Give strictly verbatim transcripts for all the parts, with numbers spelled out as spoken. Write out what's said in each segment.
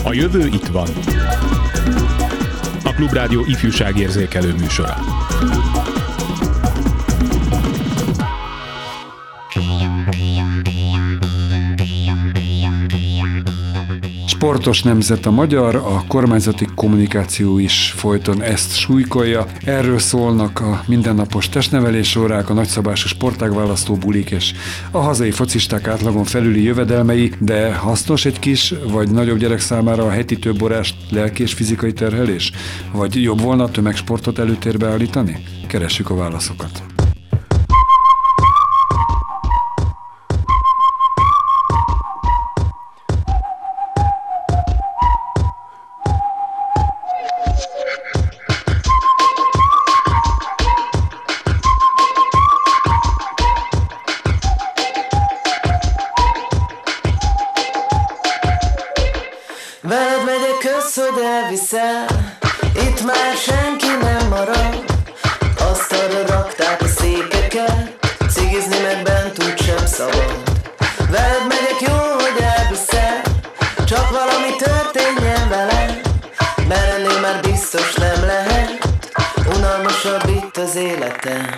A jövő itt van. A Klubrádió ifjúságérzékelő műsora. Sportos nemzet a magyar, a kormányzati kommunikáció is folyton ezt súlykolja. Erről szólnak a mindennapos testnevelés órák, a nagyszabású sportágválasztó bulik és a hazai focisták átlagon felüli jövedelmei, de hasznos egy kis vagy nagyobb gyerek számára a heti több órás lelki és fizikai terhelés? Vagy jobb volna a tömegsportot előtérbe állítani? Keressük a válaszokat. Veled megyek, kösz, hogy elviszel, itt már senki nem marad. Asztalra rakták a székeket, cigizni meg bent úgysem szabad. Veled megyek, jó, hogy elviszel, csak valami történjen veled, mert ennél már biztos nem lehet unalmasabb itt az életem.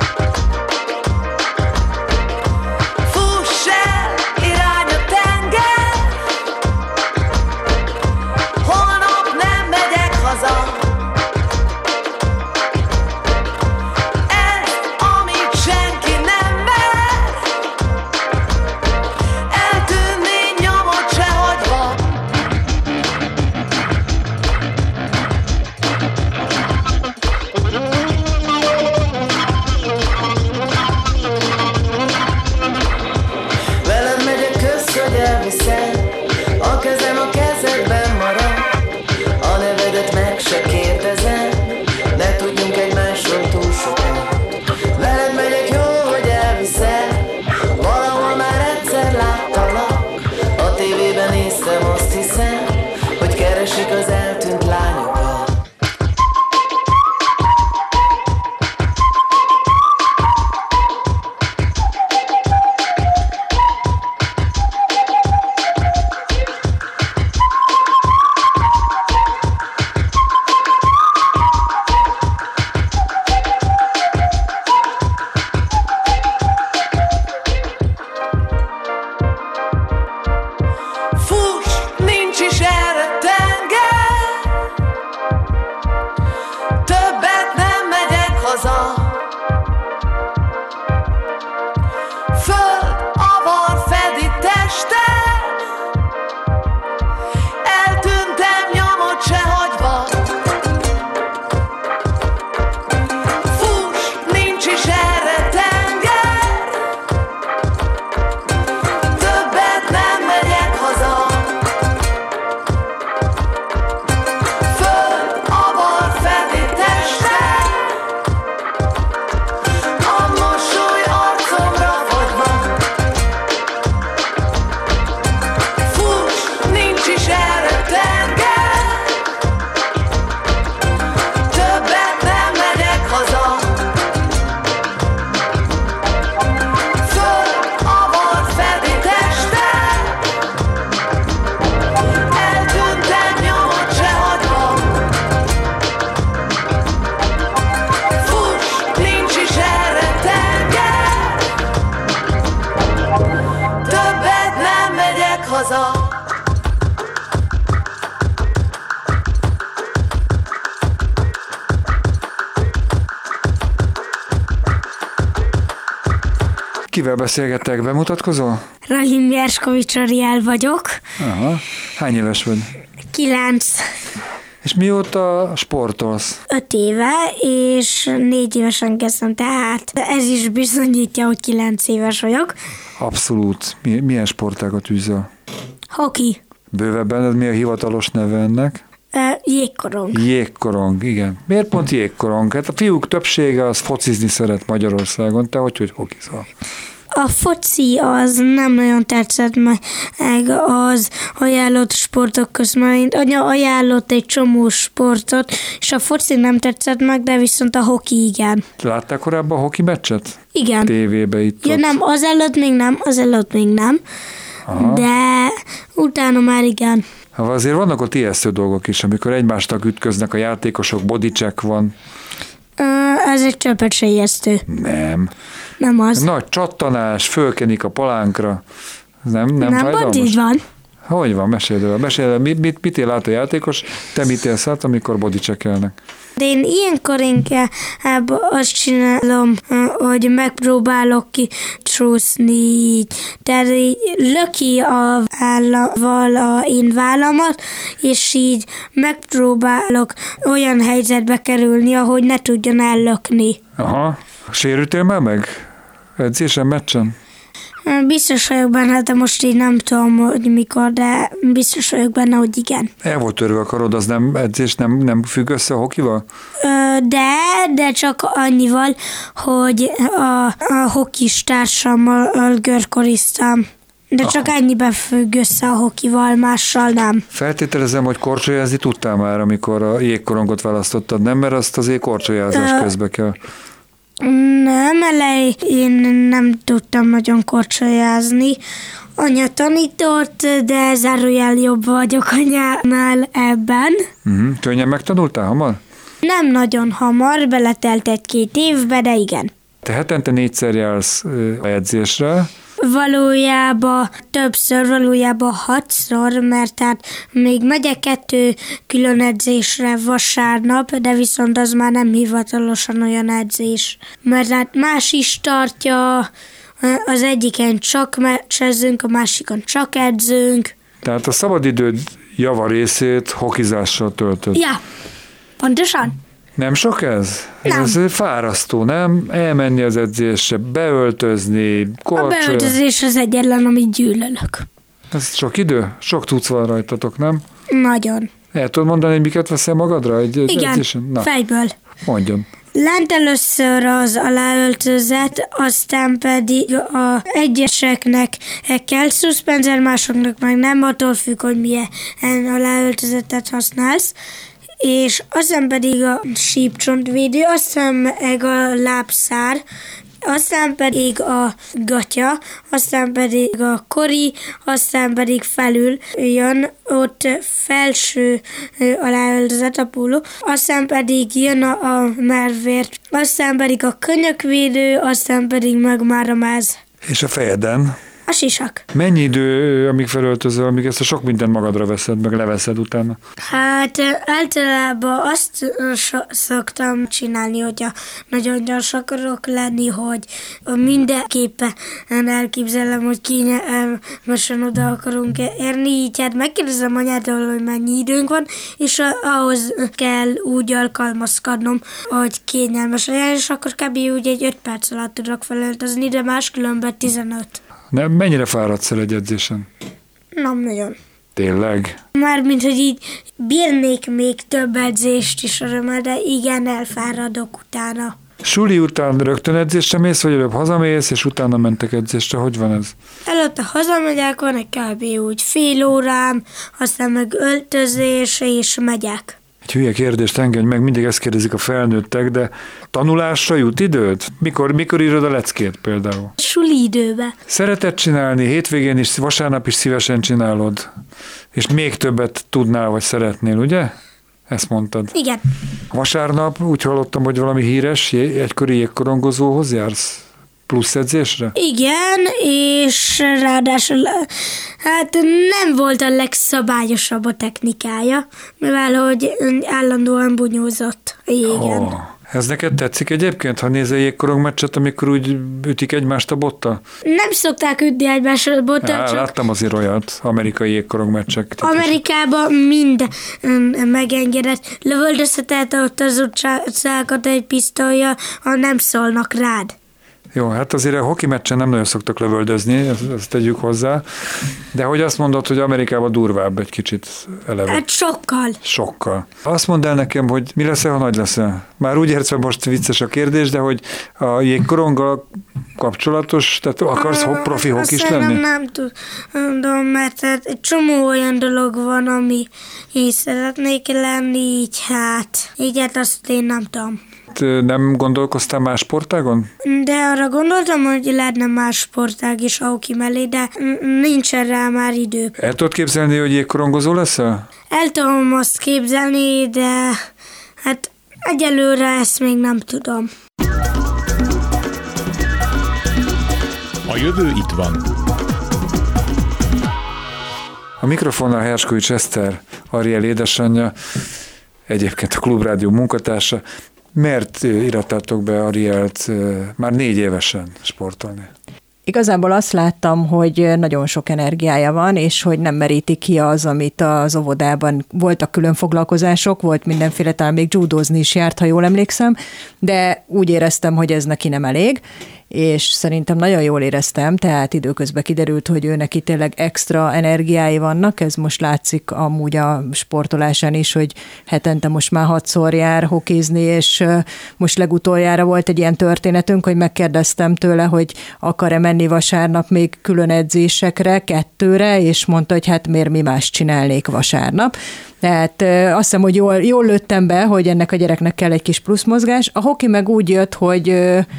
Kivel beszélgettek? Bemutatkozol? Rahim Jerskovics Ariel vagyok. Aha. Hány éves vagy? Kilenc. És mióta sportolsz? Öt éve, és négy évesen kezdtem, tehát ez is bizonyítja, hogy kilenc éves vagyok. Abszolút. Milyen sportágat űzöl? Hoki. Bővebben, mi a hivatalos neve ennek? Jégkorong. Jégkorong, igen. Miért pont jégkorong? Hát a fiúk többsége az focizni szeret Magyarországon. Te hogy, hogy hokizol? A foci az nem nagyon tetszett meg az ajánlott sportok között, mert anya ajánlott egy csomó sportot, és a foci nem tetszett meg, de viszont a hoki igen. Láttál korábban a hoki meccset? Igen. Tévébe itt. Ja, nem, azelőtt még nem, azelőtt még nem. Aha. De utána már igen. Ha azért vannak ott ijesztő dolgok is, amikor egymásnak ütköznek a játékosok, bodycheck van. Ö, ez egy csöpet se ijesztő. Nem. Nem az. Nagy csattanás, fölkenik a palánkra. Nem, nem, Nem, fájdalmas? így van. Hogy van? Mesélj el. Mesélj el, mit, mit, mit él át a játékos, te mit élsz át, amikor bodycheckelnek? De én ilyenkor inkább azt csinálom, hogy megpróbálok kicsúszni így. Tehát így löki a vállával a én vállamat, és így megpróbálok olyan helyzetbe kerülni, ahogy ne tudjon ellökni. Aha. Sérültél már meg? Edzésen, meccsen? Biztos vagyok benne, de most így nem tudom, hogy mikor, de biztos vagyok benne, hogy igen. El volt törve a karod, az nem edzés, nem, nem függ össze a hokival? Ö, de, de csak annyival, hogy a, a hokis társammal görkoriztam. De csak Aha. ennyiben függ össze a hokival, mással nem. Feltételezem, hogy korcsolyázni tudtál már, amikor a jégkorongot választottad, nem? Mert azt azért korcsolyázás Ö, közbe kell. Nem, elején nem tudtam nagyon korcsolyázni. Anya tanított, de zárójel jobb vagyok anyánál ebben. Uh-huh. Könnyen megtanultál hamar? Nem nagyon hamar, beletelt egy-két évbe, de igen. Te hetente négyszer jársz ö, edzésre. Valójában többször, valójában hatszor, mert hát még megyek kettő külön edzésre vasárnap, de viszont az már nem hivatalosan olyan edzés. Mert hát más is tartja, az egyiken csak meccsezünk, a másikon csak edzünk. Tehát a szabadidőd java részét hokizással töltöd. Ja, pontosan. Nem sok ez? Nem. Ez fárasztó, nem? Elmenni az edzésre, beöltözni, A korcsolya. beöltözés az egyetlen, amit gyűlölök. Ez sok idő? Sok tudsz van rajtatok, nem? Nagyon. El tudod mondani, hogy miket veszel magadra egy egy Igen, edzésen? Na, fejből. mondjon. Lent először az aláöltözet, aztán pedig a egyeseknek kell szuszpenzer, másoknak meg nem, attól függ, hogy milyen aláöltözetet használsz. És aztán pedig a sípcsontvédő, aztán meg a lábszár, aztán pedig a gatya, aztán pedig a kori, aztán pedig felül jön ott felső aláöltözet a póló, aztán pedig jön a, a mervért, aztán pedig a könyökvédő, aztán pedig meg már a máz. És a fejeden? A sisak. Mennyi idő, amíg felöltözöl, amíg ezt a sok mindent magadra veszed, meg leveszed utána? Hát általában azt szoktam csinálni, hogyha nagyon gyors akarok lenni, hogy mindenképpen elképzelem, hogy kényelmesen oda akarunk érni, így hát megkérdezem anyától, hogy mennyi időnk van, és ahhoz kell úgy alkalmazkodnom, hogy kényelmes legyen, és akkor kb. Úgy egy öt perc alatt tudok felöltözni, de máskülönben tizenöt. Nem, mennyire fáradsz el egy edzésen? Nem nagyon. Tényleg? Mármint, hogy így bírnék még több edzést is örömmel, de igen, elfáradok utána. Suli után rögtön edzésre mész, vagy előbb hazamész, és utána mentek edzésre? Hogy van ez? Előtte hazamegyek, van egy kb. Úgy fél órám, aztán meg öltözés, és megyek. Egy hülye kérdést engedj meg, mindig ezt kérdezik a felnőttek, de tanulásra jut időd? Mikor, mikor írod a leckét például? Suli időbe. Szereted csinálni, hétvégén is, vasárnap is szívesen csinálod, és még többet tudnál, vagy szeretnél, ugye? Ezt mondtad. Igen. Vasárnap úgy hallottam, hogy valami híres egykori jégkorongozóhoz jársz plusz edzésre? Igen, és ráadásul hát nem volt a legszabályosabb a technikája, mivel hogy állandóan bunyózott a jégen. Oh. Ez neked tetszik egyébként, ha nézel jégkorong meccset, amikor úgy ütik egymást a bottal? Nem szokták ütni egymást a bottal, Ja, csak láttam azért olyat, amerikai jégkorong meccsek. Amerikában minden megengedett. Lövöldözheted ott az utcákat egy pisztolya, ha nem szólnak rád. Jó, hát azért a hoki meccsen nem nagyon szoktak lövöldözni, ezt, ezt tegyük hozzá, de hogy azt mondod, hogy Amerikában durvább egy kicsit eleve. Hát sokkal. Sokkal. Azt mondd el nekem, hogy mi leszel, ha nagy leszel? Már úgy értve most vicces a kérdés, de hogy a jégkoronggal kapcsolatos, tehát akarsz ho- profi hok is lenni? Nem, nem tudom, mert hát egy csomó olyan dolog van, ami így szeretnék lenni, így hát, így hát azt én nem tudom. nem gondolkoztál más sportágon? De arra gondoltam, hogy lehetne más sportág is a hoki mellé, de nincsen rá már idő. El tudod képzelni, hogy jégkorongozó leszel? El tudom azt képzelni, de hát egyelőre ezt még nem tudom. A jövő itt van. A mikrofonnal Herskovics Eszter, Ariel édesanyja, egyébként a Klubrádió munkatársa. Miért irattátok be Arielt már négy évesen sportolni? Igazából azt láttam, hogy nagyon sok energiája van, és hogy nem meríti ki az, amit az óvodában voltak külön foglalkozások, volt mindenféle, talán még judózni is járt, ha jól emlékszem, de úgy éreztem, hogy ez neki nem elég, és szerintem nagyon jól éreztem, tehát időközben kiderült, hogy ő neki tényleg extra energiái vannak, ez most látszik amúgy a sportolásán is, hogy hetente most már hatszor jár hokizni, és most legutoljára volt egy ilyen történetünk, hogy megkérdeztem tőle, hogy akar-e menni vasárnap még külön edzésekre, kettőre, és mondta, hogy hát miért mi más csinálnék vasárnap. Tehát azt hiszem, hogy jól, jól lőttem be, hogy ennek a gyereknek kell egy kis plusz mozgás. A hoki meg úgy jött, hogy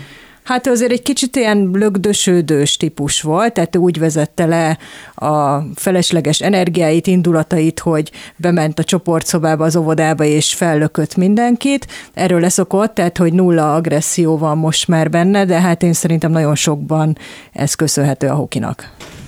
hát azért egy kicsit ilyen lögdösődős típus volt, tehát úgy vezette le a felesleges energiáit, indulatait, hogy bement a csoportszobába, az óvodába, és fellökött mindenkit. Erről leszokott, tehát hogy nulla agresszió van most már benne, de hát én szerintem nagyon sokban ez köszönhető a hokinak.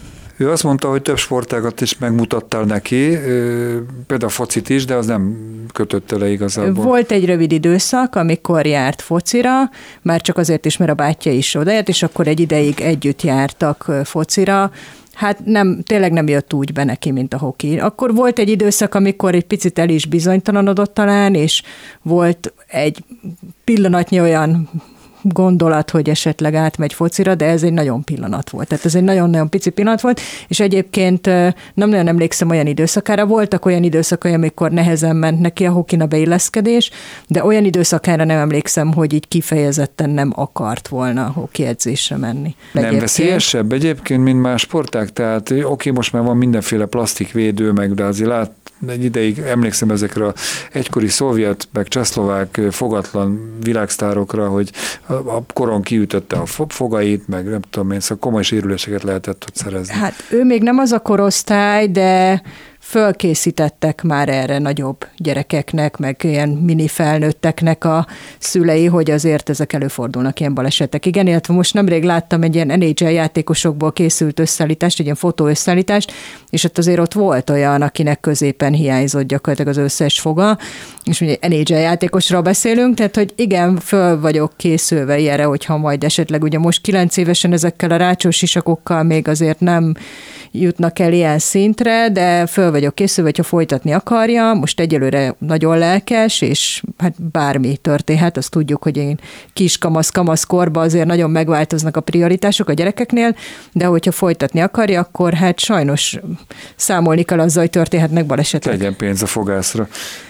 Ő azt mondta, hogy több sportágat is megmutattál neki, például a focit is, de az nem kötötte le igazából. Volt egy rövid időszak, amikor járt focira, már csak azért is, mert a bátyja is odaért, és akkor egy ideig együtt jártak focira. Hát nem, tényleg nem jött úgy be neki, mint a hoki. Akkor volt egy időszak, amikor egy picit el is bizonytalanodott talán, és volt egy pillanatnyi olyan gondolat, hogy esetleg átmegy focira, de ez egy nagyon pillanat volt. Tehát ez egy nagyon-nagyon pici pillanat volt, és egyébként nem nagyon emlékszem olyan időszakára. Voltak olyan időszakai, amikor nehezen ment neki a hokina beilleszkedés, de olyan időszakára nem emlékszem, hogy így kifejezetten nem akart volna a hoki edzésre menni. Nem egyébként veszélyesebb egyébként, mint más sporták? Tehát oké, okay, most már van mindenféle plastikvédő, meg de azért lát, egy ideig emlékszem ezekre a egykori szovjet, meg csehszlovák fogatlan világsztárokra, hogy a koron kiütötte a fogait, meg nem tudom én, szóval komoly sérüléseket lehetett ott szerezni. Hát ő még nem az a korosztály, de fölkészítettek már erre nagyobb gyerekeknek, meg ilyen mini felnőtteknek a szülei, hogy azért ezek előfordulnak ilyen balesetek. Igen, illetve most nemrég láttam egy ilyen en há el játékosokból készült összeállítást, egy ilyen fotóösszeállítást, és ott azért ott volt olyan, akinek középen hiányzott gyakorlatilag az összes foga, és ugye en há el játékosról beszélünk, tehát hogy igen, föl vagyok készülve ilyenre, hogyha majd esetleg ugye most kilenc évesen ezekkel a rácsos sisakokkal még azért nem jutnak el ilyen szintre, de föl vagyok készülve, hogyha folytatni akarja, most egyelőre nagyon lelkes, és hát bármi történhet, azt tudjuk, hogy én kis kamasz-kamasz korban azért nagyon megváltoznak a prioritások a gyerekeknél, de hogyha folytatni akarja, akkor hát sajnos számolni kell azzal, hogy történhetnek balesetek. Legyen pénz a fogászra.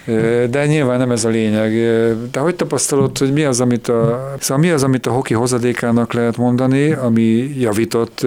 De nyilván nem ez a lényeg. De hogy tapasztalod, hogy mi az, amit a, szóval mi az, amit a hoki hozadékának lehet mondani, ami javított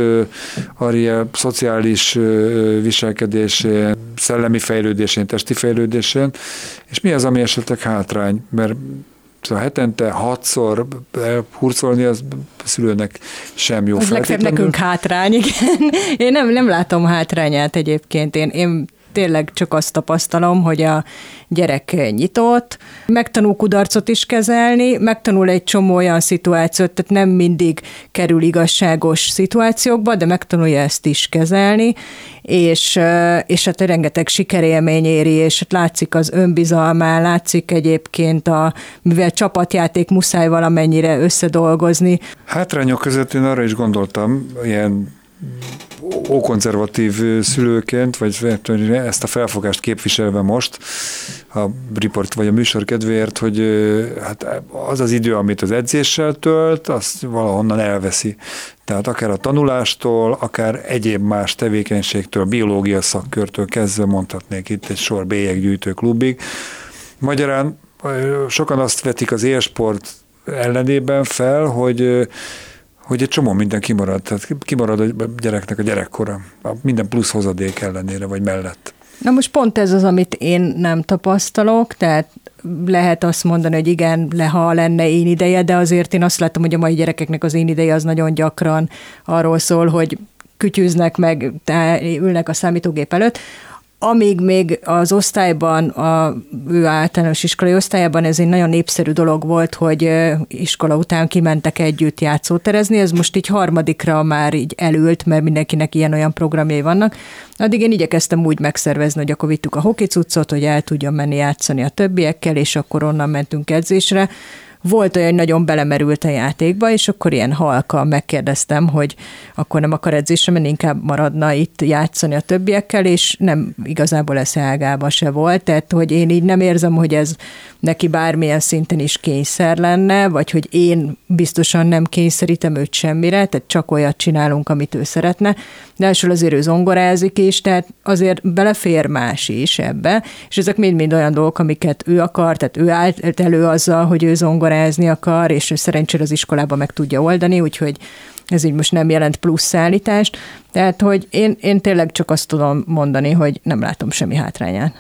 Ariel szociális viselkedésén, szellemi fejlődésén, testi fejlődésén, és mi az, ami esetleg hátrány, mert szóval hetente hatszor hurcolni, az a szülőnek sem jó feltétlenül. Ez nekünk hátrány, igen. Én nem, nem látom hátrányát egyébként. Én, én tényleg csak azt tapasztalom, hogy a gyerek nyitott, megtanul kudarcot is kezelni, megtanul egy csomó olyan szituációt, tehát nem mindig kerül igazságos szituációkba, de megtanulja ezt is kezelni, és, és hát rengeteg sikerélmény éri, és hát látszik az önbizalmán, látszik egyébként, a, mivel csapatjáték muszáj valamennyire összedolgozni. Hátrányok között én arra is gondoltam, ilyen ókonzervatív szülőként, vagy ezt a felfogást képviselve most a riport vagy a műsor kedvéért, hogy hát az az idő, amit az edzéssel tölt, azt valahonnan elveszi. Tehát akár a tanulástól, akár egyéb más tevékenységtől, biológia szakkörtől kezdve mondhatnék itt egy sor bélyeggyűjtő klubig. Magyarán sokan azt vetik az élsport ellenében fel, hogy hogy egy csomó minden kimarad, tehát kimarad a gyereknek a gyerekkora, minden plusz hozadék ellenére, vagy mellett. Na most pont ez az, amit én nem tapasztalok, tehát lehet azt mondani, hogy igen, le, ha lenne én ideje, de azért én azt látom, hogy a mai gyerekeknek az én ideje az nagyon gyakran arról szól, hogy kütyűznek meg, ülnek a számítógép előtt. Amíg még az osztályban, a ő általános iskolai osztályában ez egy nagyon népszerű dolog volt, hogy iskola után kimentek együtt játszóterezni, ez most így harmadikra már így elült, mert mindenkinek ilyen-olyan programjai vannak. Addig én igyekeztem úgy megszervezni, hogy akkor vittük a hokicuccot, hogy el tudjon menni játszani a többiekkel, és akkor onnan mentünk edzésre. Volt olyan, hogy nagyon belemerült a játékba, és akkor ilyen halka megkérdeztem, hogy akkor nem akar edzésre menni, inkább maradna itt játszani a többiekkel, és nem igazából ez ágába se volt, tehát hogy én így nem érzem, hogy ez neki bármilyen szinten is kényszer lenne, vagy hogy én biztosan nem kényszerítem őt semmire, tehát csak olyat csinálunk, amit ő szeretne, de elsőről azért ő zongorázik is, tehát azért belefér más is ebbe, és ezek mind-mind olyan dolgok, amiket ő akar, tehát ő állt elő azzal, hogy ő zongorázni akar, és szerencsére az iskolában meg tudja oldani, úgyhogy ez így most nem jelent plusz szállítást, tehát hogy én, én tényleg csak azt tudom mondani, hogy nem látom semmi hátrányát.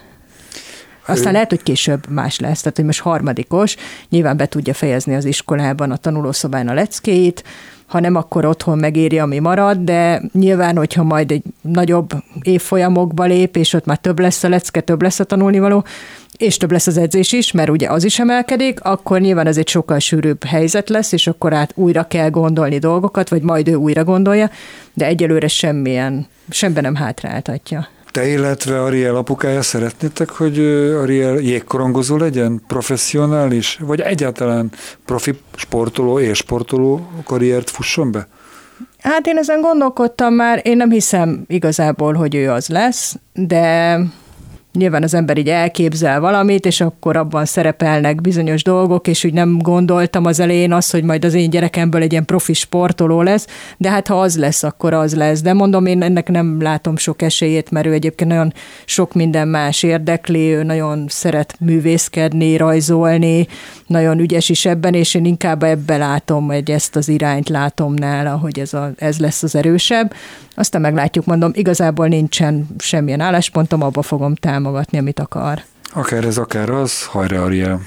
Aztán lehet, hogy később más lesz, tehát hogy most harmadikos, nyilván be tudja fejezni az iskolában, a tanulószobán a leckéit, ha nem, akkor otthon megéri, ami marad, de nyilván, hogyha majd egy nagyobb évfolyamokba lép, és ott már több lesz a lecke, több lesz a tanulnivaló, és több lesz az edzés is, mert ugye az is emelkedik, akkor nyilván ez egy sokkal sűrűbb helyzet lesz, és akkor át újra kell gondolni dolgokat, vagy majd ő újra gondolja, de egyelőre semmilyen, semben nem hátráltatja. Te, illetve Ariel apukája szeretnétek, hogy Ariel jégkorongozó legyen, professzionális, vagy egyáltalán profi sportoló és sportoló karriert fusson be? Hát én ezen gondolkodtam már, én nem hiszem igazából, hogy ő az lesz, de nyilván az ember így elképzel valamit, és akkor abban szerepelnek bizonyos dolgok, és úgy nem gondoltam az elején azt, hogy majd az én gyerekemből egy ilyen profi sportoló lesz, de hát ha az lesz, akkor az lesz. De mondom, én ennek nem látom sok esélyét, mert ő egyébként nagyon sok minden más érdekli, ő nagyon szeret művészkedni, rajzolni, nagyon ügyes is ebben, és én inkább ebbe látom, hogy ezt az irányt látom nála, hogy ez, a, ez lesz az erősebb. Aztán meglátjuk, mondom, igazából nincsen semmilyen álláspontom, abba fogom támogatni, amit akar. Akár ez, akár az, hajrá, Ariel!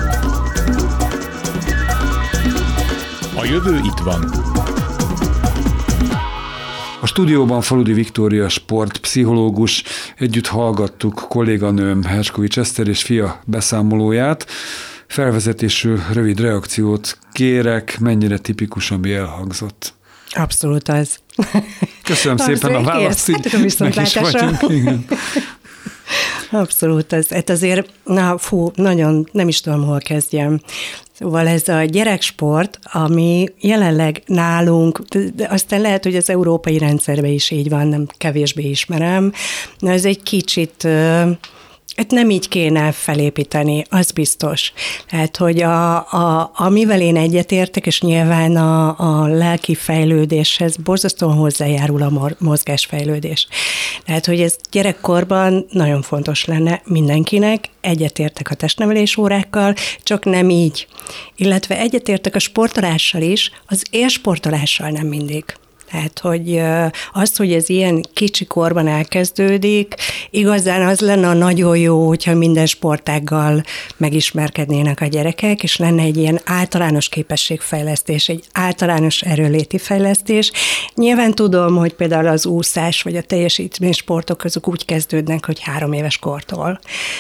A jövő itt van. A stúdióban Faludi Viktória sportpszichológus, együtt hallgattuk kolléganőm Herskovics Eszter és fia beszámolóját. Felvezetésű rövid reakciót kérek, mennyire tipikus, ami elhangzott. Abszolút az. Köszönöm szépen a választ, így meg is vagyunk. Igen. Abszolút az. Hát azért, na fú, nagyon nem is tudom, hol kezdjem. Szóval ez a gyereksport, ami jelenleg nálunk, de aztán lehet, hogy az európai rendszerben is így van, nem kevésbé ismerem, de ez egy kicsit... Hát nem így kéne felépíteni, az biztos. Tehát, hogy a, a, amivel én egyetértek, és nyilván a, a lelki fejlődéshez borzasztóan hozzájárul a mozgásfejlődés. Tehát, hogy ez gyerekkorban nagyon fontos lenne mindenkinek, egyetértek a testnevelés órákkal, csak nem így. Illetve egyetértek a sportolással is, az élsportolással nem mindig. Tehát, hogy az, hogy ez ilyen kicsi korban elkezdődik, igazán az lenne nagyon jó, hogyha minden sportággal megismerkednének a gyerekek, és lenne egy ilyen általános képességfejlesztés, egy általános erőléti fejlesztés. Nyilván tudom, hogy például az úszás vagy a teljesítménysportok azok úgy kezdődnek, hogy három éves kortól.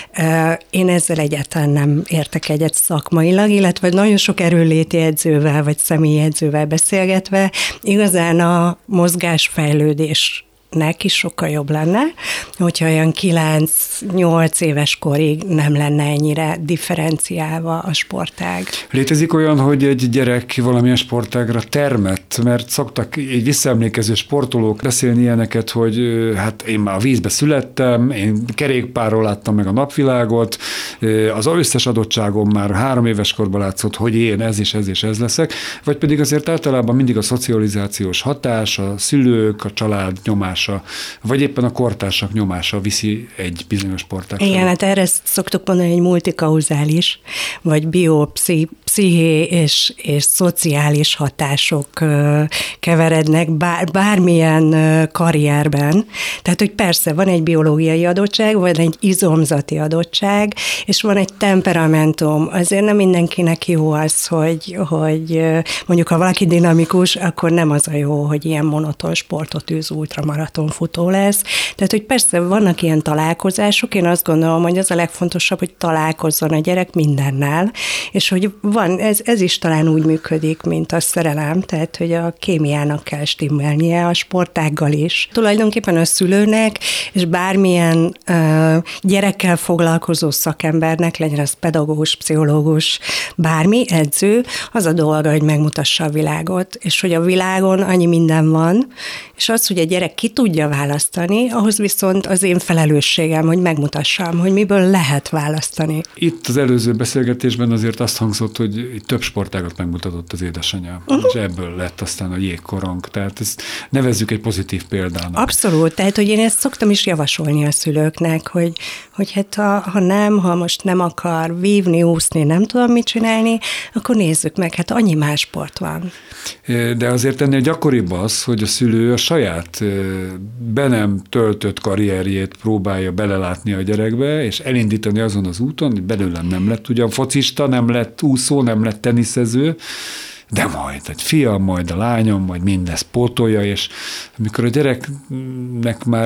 Én ezzel egyáltalán nem értek egyet szakmailag, illetve nagyon sok erőléti edzővel vagy személyi edzővel beszélgetve, igazán a a mozgásfejlődésnek is sokkal jobb lenne, hogyha olyan kilenc-nyolc éves korig nem lenne ennyire differenciálva a sportág. Létezik olyan, hogy egy gyerek valamilyen sportágra termett, mert szoktak egy visszaemlékező sportolók beszélni ilyeneket, hogy hát én már a vízbe születtem, én kerékpárról láttam meg a napvilágot, az összes adottságom már három éves korban látszott, hogy én ez és ez és ez leszek, vagy pedig azért általában mindig a szocializációs hatás, a szülők, a család nyomása, vagy éppen a kortársak nyomása viszi egy bizonyos sportág. Igen, hát erre szoktuk mondani, hogy multikauzális, vagy biopszichosociális psziché és, és szociális hatások keverednek bár, bármilyen karrierben. Tehát, hogy persze van egy biológiai adottság, van egy izomzati adottság, és van egy temperamentum. Azért nem mindenkinek jó az, hogy, hogy mondjuk ha valaki dinamikus, akkor nem az a jó, hogy ilyen monoton sportot űz, ultramaraton futó lesz. Tehát, hogy persze vannak ilyen találkozások, én azt gondolom, hogy az a legfontosabb, hogy találkozzon a gyerek mindennel, és hogy van, ez, ez is talán úgy működik, mint a szerelem, tehát, hogy a kémiának kell stimmelnie a sportággal is. Tulajdonképpen a szülőnek, és bármilyen uh, gyerekkel foglalkozó szakembernek, legyen az pedagógus, pszichológus, bármi, edző, az a dolga, hogy megmutassa a világot, és hogy a világon annyi minden van, és az, hogy a gyerek ki tudja választani, ahhoz viszont az én felelősségem, hogy megmutassam, hogy miből lehet választani. Itt az előző beszélgetésben azért azt hangzott, hogy több sportágat megmutatott az édesanyja, uh-huh. és ebből lett aztán a jégkorong. Tehát ezt nevezzük egy pozitív példának. Abszolút, tehát hogy én ezt szoktam is javasolni a szülőknek, hogy, hogy hát ha, ha nem, ha most nem akar vívni, úszni, nem tudom mit csinálni, akkor nézzük meg, hát annyi más sport van. De azért ennél gyakoribb az, hogy a szülő a saját be nem töltött karrierjét próbálja belelátni a gyerekbe, és elindítani azon az úton, hogy belőlem nem lett ugyan focista, nem lett úszó, nem lett teniszező, de majd egy fiam, majd a lányom, majd mindezt pótolja, és amikor a gyereknek már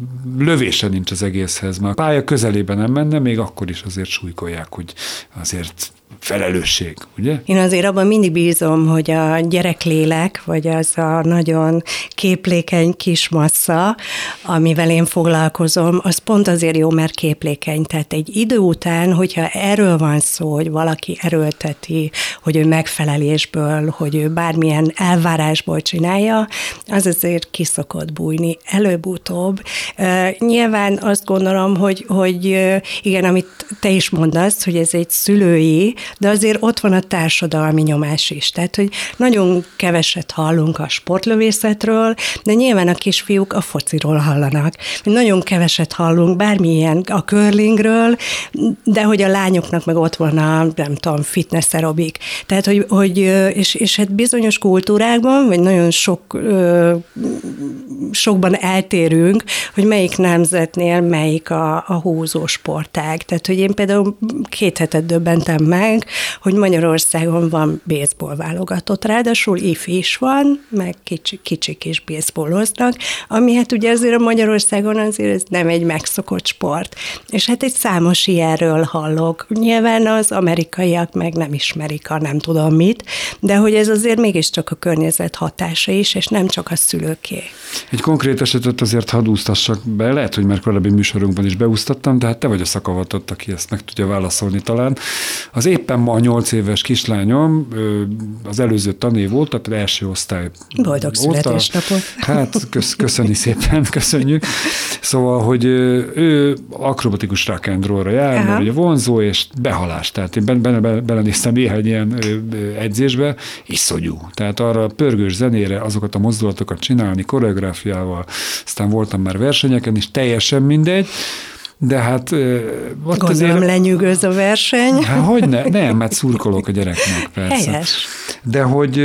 lövése nincs az egészhez, már a pálya közelében nem menne, még akkor is azért súlykolják, hogy azért felelősség, ugye? Én azért abban mindig bízom, hogy a gyereklélek, vagy az a nagyon képlékeny kis massza, amivel én foglalkozom, az pont azért jó, mert képlékeny. Tehát egy idő után, hogyha erről van szó, hogy valaki erőlteti, hogy ő megfelelésből, hogy ő bármilyen elvárásból csinálja, az azért ki szokott bújni előbb-utóbb. Nyilván azt gondolom, hogy, hogy igen, amit te is mondasz, hogy ez egy szülői, de azért ott van a társadalmi nyomás is. Tehát, hogy nagyon keveset hallunk a sportlövészetről, de nyilván a kisfiúk a fociról hallanak. Nagyon keveset hallunk bármilyen a curlingről, de hogy a lányoknak meg ott van a, nem tudom, fitness aerobik. Tehát, hogy, hogy és, és hát bizonyos kultúrákban, vagy nagyon sok, sokban eltérünk, hogy melyik nemzetnél melyik a, a húzó sportág. Tehát, hogy én például két hetet döbbentem meg, hogy Magyarországon van baseball válogatott, ráadásul ifi is van, meg kicsi, kicsik is baseballoznak, ami hát ugye azért a Magyarországon azért ez nem egy megszokott sport. És hát egy számos ilyenről hallok. Nyilván az amerikaiak meg nem ismerik a nem tudom mit, de hogy ez azért mégiscsak a környezet hatása is, és nem csak a szülőké. Egy konkrét esetet azért hadd úsztassak be, lehet, hogy már korábbi műsorunkban is beúsztattam, de hát te vagy a szakavatott, aki ezt meg tudja válaszolni talán. Az éppen ma nyolc éves kislányom, az előző tanév volt, tehát az első osztály. Boldog születésnapot. Hát kösz, köszöni szépen, köszönjük. Szóval, hogy ő akrobatikus rock and roll-ra jár, aha, mert ugye vonzó és behalás. Tehát én bele, bele, belenéztem néhány ilyen edzésbe, iszonyú. Tehát arra pörgős zenére azokat a mozdulatokat csinálni, koreográfiával, aztán voltam már versenyeken is, teljesen mindegy. De hát... Ott gondolom azért, lenyűgöz a verseny. Hát hogy ne? Nem, mert szurkolok a gyereknek, persze. Helyes. De hogy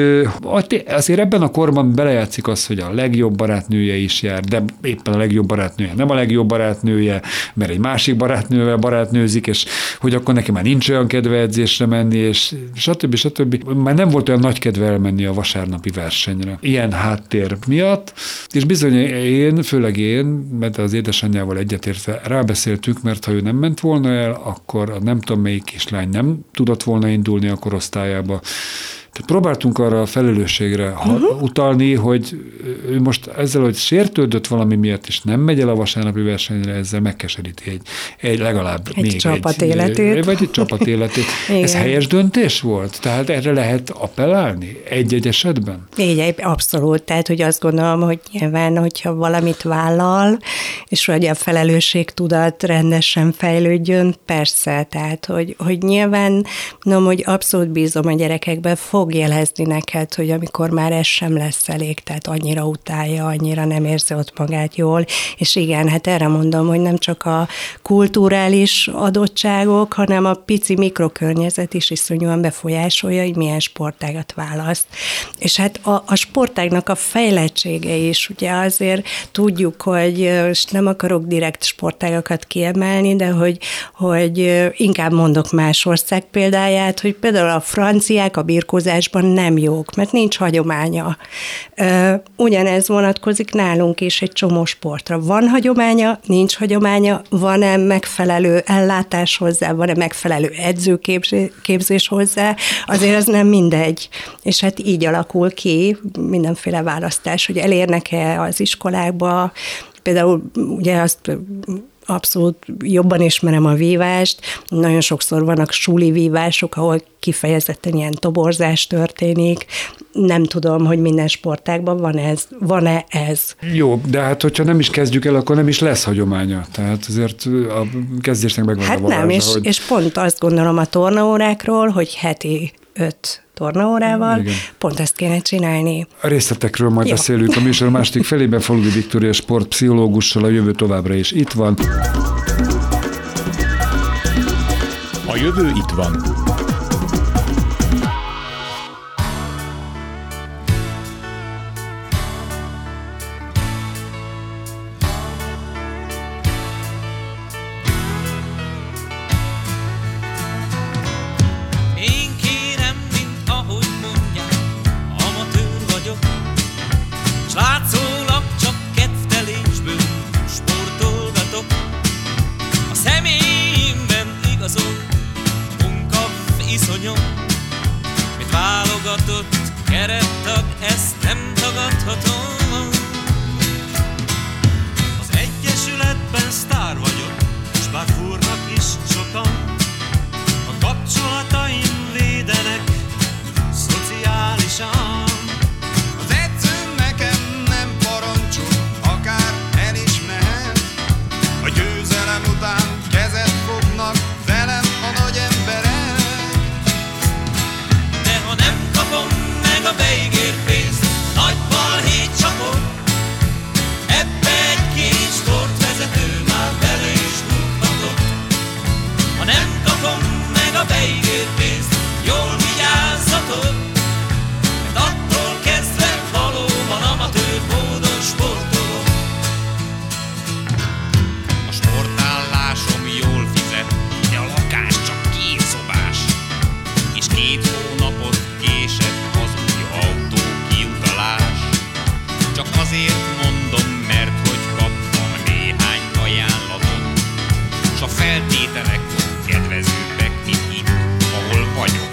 azért ebben a korban belejátszik az, hogy a legjobb barátnője is jár, de éppen a legjobb barátnője nem a legjobb barátnője, mert egy másik barátnővel barátnőzik, és hogy akkor neki már nincs olyan kedve edzésre menni, és stb. stb. Már nem volt olyan nagy kedve elmenni a vasárnapi versenyre. Ilyen háttér miatt, és bizony én, főleg én, mert az édesanyjával egyetértve rábeszéltük, mert ha ő nem ment volna el, akkor a nem tudom melyik kislány nem tudott volna indulni a korosztályába. Tehát próbáltunk arra a felelősségre uh-huh. utalni, hogy ő most ezzel, hogy sértődött valami miatt, és nem megy el a vasárnapi versenyre, ezzel megkeseríti egy, egy legalább egy még csapat egy életét. Vagy egy csapat életét. Ez helyes döntés volt? Tehát erre lehet appellálni egy-egy esetben? Így, abszolút. Tehát, hogy azt gondolom, hogy nyilván, hogyha valamit vállal, és hogy a felelősségtudat rendesen fejlődjön, persze. Tehát, hogy, hogy nyilván, mondom, hogy abszolút bízom a gyerekekbe, fog jelezni neked, hogy amikor már ez sem lesz elég, tehát annyira utálja, annyira nem érzi ott magát jól, és igen, hát erre mondom, hogy nem csak a kulturális adottságok, hanem a pici mikrokörnyezet is iszonyúan befolyásolja, hogy milyen sportágat választ. És hát a, a sportágnak a fejlettsége is, ugye azért tudjuk, hogy nem akarok direkt sportágakat kiemelni, de hogy, hogy inkább mondok más ország példáját, hogy például a franciák a birkózásban nem jók, mert nincs hagyománya. Ugyanez vonatkozik nálunk is egy csomó sportra. Van hagyománya, nincs hagyománya, van-e megfelelő ellátás hozzá, van-e megfelelő edzőképzés hozzá, azért az nem mindegy. És hát így alakul ki mindenféle választás, hogy elérnek-e az iskolákba, például ugye azt abszolút jobban ismerem a vívást, nagyon sokszor vannak suli vívások, ahol kifejezetten ilyen toborzás történik. Nem tudom, hogy minden sportágban van ez, van-e ez. Jó, de hát hogyha nem is kezdjük el, akkor nem is lesz hagyománya. Tehát azért a kezdésnek megvan hát a varázsa. Hát nem, és, hogy... és pont azt gondolom a tornaórákról, hogy heti öt tornaórával, igen. Pont ezt kéne csinálni. A részletekről majd Jó. beszélünk a műsor második felében. Faludi Viktória sportpszichológussal, a jövő továbbra is itt van. A jövő itt van. Kerettag, ezt nem tagadhatom. Az Egyesületben sztár vagyok, s bár fúrnak is sokan, a kapcsolataim védenek szociálisan. Az edzőm nekem nem parancsol, akár el is mehet. A győzelem után kezet fognak velem a nagy emberek. De ha nem kapom a beígért pénzt, nagy balhét csapok. Ebbe egy-két sportvezető már bele is bukhatok. Ha nem kapom meg a beígért pénzt, jól vigyázzatok, mert attól kezdve valóban amatőr módon sportolok. A sportállásom jól fizet, de a lakás csak két szobás, és két hónapot késett az autó kiutalás. Csak azért mondom, mert hogy kaptam néhány ajánlatot, s a feltételek kedvezőbbek, mint itt, ahol vagyok.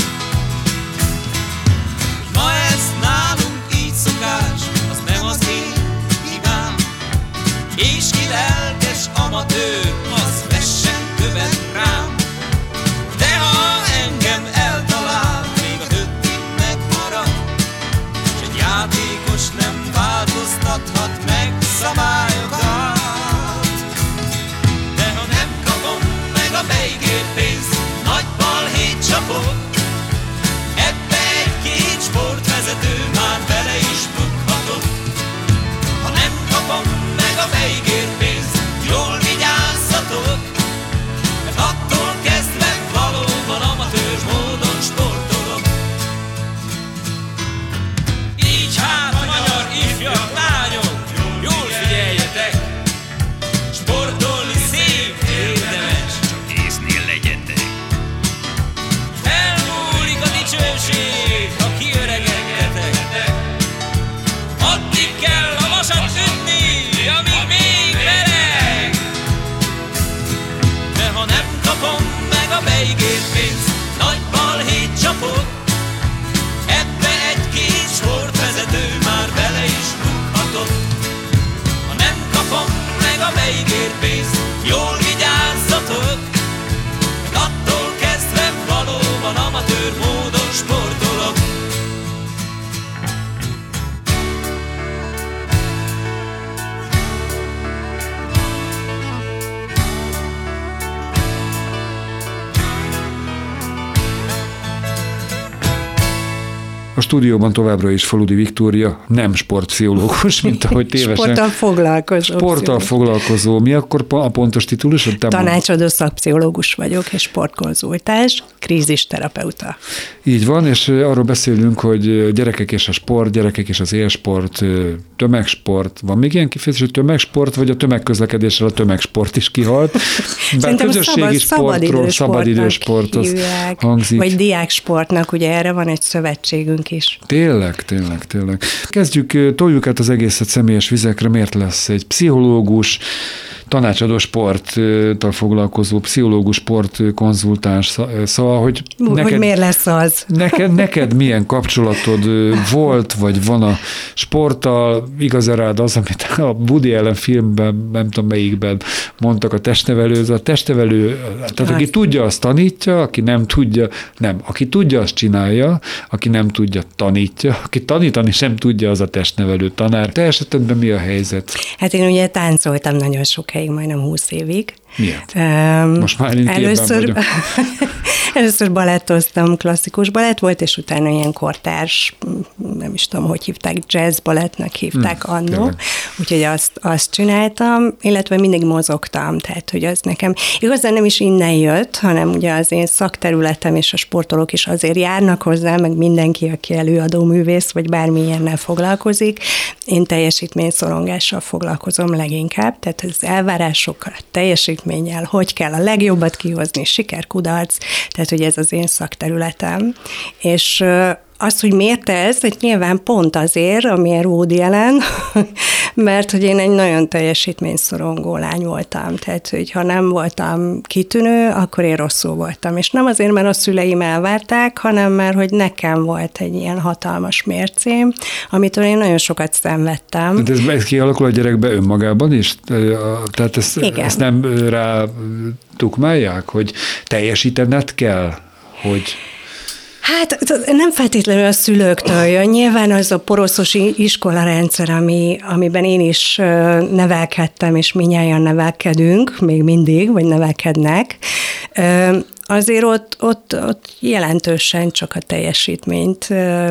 Ma ez nálunk így szokás, az nem az én hibám, és ki lelkes amatőr, az vessen követ rám. De ha engem eltalál, még a többi megmarad, s egy játékos nem változtathat meg szabályokat. De ha nem kapom meg a beígért pénzt, nagy balhét csapok. Ebbe egy-két sportvezető már bele is bukhatok. Ha nem kapom meg a beígért pénzt, jól vigyázzatok, mert attól kezdve valóban amatőr módon sportolok. Így hát, magyar ifjak, lányok, jól figyeljetek, sportolni szép, érdemes, csak észnél legyetek. Elmúlik a dicsőség, ha kiöregedtek, A stúdióban továbbra is Faludi Viktória, nem sportpszichológus, mint ahogy tévesen. Sporttal foglalkozó. Sporttal foglalkozó. Mi akkor a pontos titulus? Tanácsadó szakpszichológus vagyok, és sportkonzultáns, krízisterapeuta. Így van, és arról beszélünk, hogy gyerekek és a sport, gyerekek és az élsport, tömegsport. Van még ilyen kifejezés, hogy tömegsport, vagy a tömegközlekedéssel a tömegsport is kihalt? Bár közösségi szabad, sportról, szabadidősport az hangzik. Vagy diáksportnak, ugye erre van egy szövetségünk is. Tényleg, tényleg, tényleg. Kezdjük, toljuk át az egészet személyes vizekre, miért lesz egy pszichológus, tanácsadó sporttal foglalkozó pszichológus, sportkonzultáns, szóval, hogy neked, hogy miért lesz az? Neked, neked milyen kapcsolatod volt, vagy van a sporttal, igaz rád az, amit a Woody Allen filmben, nem tudom melyikben mondtak a testnevelő, a testnevelő, tehát aki tudja, azt tanítja, aki nem tudja, nem, aki tudja, azt csinálja, aki nem tudja, tanítja, aki tanítani sem tudja, az a testnevelő tanár. Te esetedben mi a helyzet? Hát én ugye táncoltam nagyon sokáig, majdnem húsz évig. Milyen? Um, Most már én először, először balettoztam, klasszikus balett volt, és utána ilyen kortárs, nem is tudom, hogy hívták, jazz balettnek hívták hmm, annó, tényleg. Úgyhogy azt, azt csináltam, illetve mindig mozogtam, tehát hogy az nekem igazán nem is innen jött, hanem ugye az én szakterületem és a sportolók is azért járnak hozzá, meg mindenki, aki előadó művész, vagy bármilyennel foglalkozik. Én teljesítményszorongással foglalkozom leginkább, tehát az elvárásokkal, a teljesítménnyel, hogy kell a legjobbat kihozni, siker, kudarc, tehát hogy ez az én szakterületem. És az, hogy miért ez, hogy nyilván pont azért, amiért Woody Allen, mert hogy én egy nagyon teljesítményszorongó lány voltam, tehát hogy ha nem voltam kitűnő, akkor én rosszul voltam. És nem azért, mert a szüleim elvárták, hanem mert hogy nekem volt egy ilyen hatalmas mércém, amitől én nagyon sokat szenvedtem. De ez, ez kialakul a gyerekbe önmagában is? Tehát ezt, ezt nem rá tukmálják, hogy teljesítened kell, hogy... Hát nem feltétlenül a szülőktől jön. Nyilván az a poroszos iskolarendszer, ami, amiben én is nevelkedtem, és mindnyájan nevelkedünk, még mindig, vagy nevelkednek, azért ott, ott, ott jelentősen csak a teljesítményt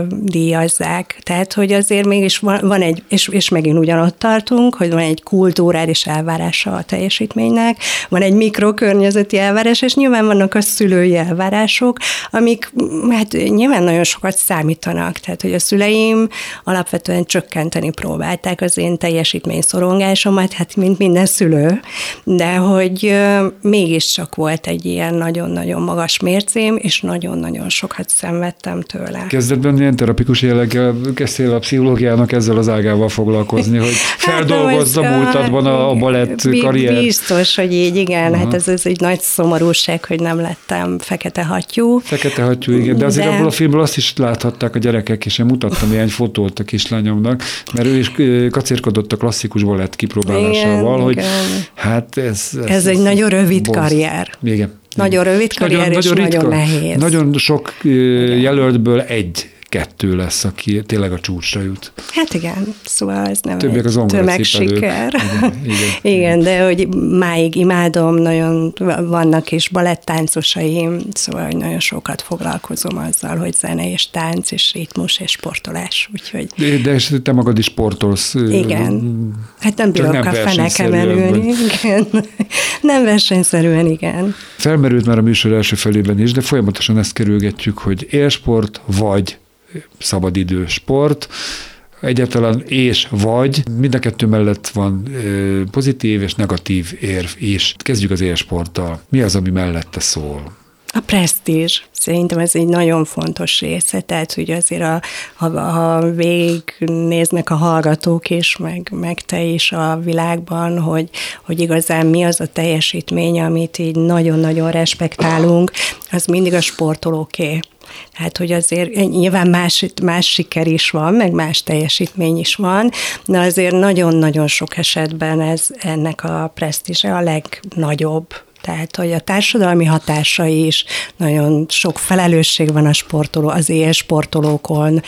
díjazzák. Tehát, hogy azért mégis van, van egy, és, és megint ugyanott tartunk, hogy van egy kulturális elvárása a teljesítménynek, van egy mikrokörnyezeti elvárás, és nyilván vannak a szülői elvárások, amik hát nyilván nagyon sokat számítanak. Tehát, hogy a szüleim alapvetően csökkenteni próbálták az én teljesítményszorongásomat, hát mint minden szülő, de hogy mégiscsak volt egy ilyen nagyon nagyon magas mércém, és nagyon-nagyon sokat szenvedtem tőle. Kezdetben ilyen terapikus jelleggel kezdtél a pszichológiának ezzel az ágával foglalkozni, hogy feldolgozza hát, múltadban a, a balett karrier. Biztos, hogy így, igen, aha. Hát ez, ez egy nagy szomorúság, hogy nem lettem fekete hattyú. Fekete hattyú, igen, de azért de... abból a filmből azt is láthatták a gyerekek, és én mutattam ilyen fotót a kislányomnak, mert ő is kacérkodott a klasszikus balett kipróbálásával, igen, hogy igen. Hát ez... Ez, ez egy nagyon rövid bonz. Karrier. Igen. Nagyon rövid karrier, nagyon, és nagyon, nagyon nehéz. Nagyon sok jelöltből egy, kettő lesz, aki tényleg a csúcsra jut. Hát igen, szóval ez nem többiek egy tömegsiker. Igen, igen, igen, de hogy máig imádom, nagyon vannak is balettáncosaim, szóval nagyon sokat foglalkozom azzal, hogy zene és tánc, és ritmus, és sportolás, úgyhogy... De, de és te magad is sportolsz. Igen. Hát nem bírok a fenekemen ülni. Igen. Nem versenyszerűen, igen. Felmerült már a műsor első felében is, de folyamatosan ezt kerülgetjük, hogy élsport vagy szabadidő sport, egyáltalán és vagy, mind a kettő mellett van pozitív és negatív érv is. Kezdjük az élsporttal. Mi az, ami mellette szól? A presztízs. Szerintem ez egy nagyon fontos része, tehát hogy azért a, ha, ha végignéznek a hallgatók is, meg, meg te is a világban, hogy, hogy igazán mi az a teljesítmény, amit így nagyon-nagyon respektálunk, az mindig a sportolóké. Tehát, hogy azért nyilván más, más siker is van, meg más teljesítmény is van, de azért nagyon-nagyon sok esetben ez ennek a presztízse a legnagyobb. Tehát, hogy a társadalmi hatásai is, nagyon sok felelősség van a sportoló, az élsportolókon,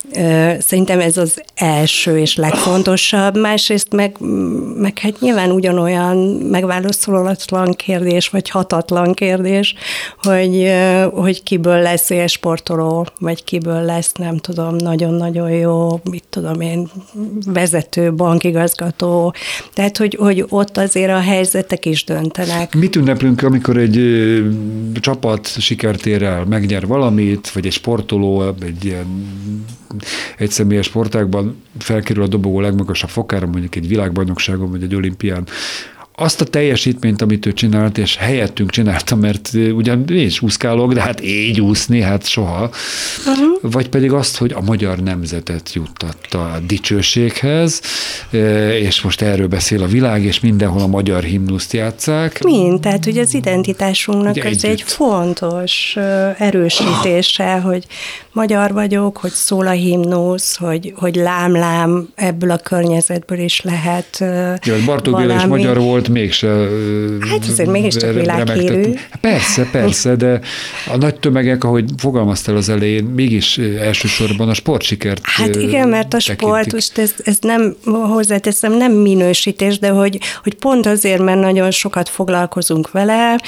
Szerintem ez az első és legfontosabb. Másrészt meg, meg hát nyilván ugyanolyan megválaszolatlan kérdés, vagy hatatlan kérdés, hogy, hogy kiből lesz élsportoló, vagy kiből lesz, nem tudom, nagyon-nagyon jó, mit tudom én, vezető, bankigazgató. Tehát, hogy, hogy ott azért a helyzetek is döntenek. Mit ünneplünk, amikor egy ö, csapat sikert ér el, megnyer valamit, vagy egy sportoló, egy ilyen egy személyes sportágban felkerül a dobogó legmagasabb fokára, mondjuk egy világbajnokságon, vagy egy olimpián, azt a teljesítményt, amit ő csinált, és helyettünk csinálta, mert ugyan én is úszkálok, de hát így úszni, hát soha. Uh-huh. Vagy pedig azt, hogy a magyar nemzetet juttatta a dicsőséghez, és most erről beszél a világ, és mindenhol a magyar himnuszt játsszák. Mind, tehát ugye az identitásunknak ugye ez egy fontos erősítése, hogy magyar vagyok, hogy szól a himnusz, hogy, hogy lám-lám ebből a környezetből is lehet ja, Bartók Béla is magyar volt, mégse hát azért mégiscsak világhírű. Persze, persze, de a nagy tömegek, ahogy fogalmaztál az elején, mégis elsősorban a sportsikert Hát igen, mert a sport, most ez, ez nem, hozzáteszem, nem minősítés, de hogy, hogy pont azért, mert nagyon sokat foglalkozunk vele,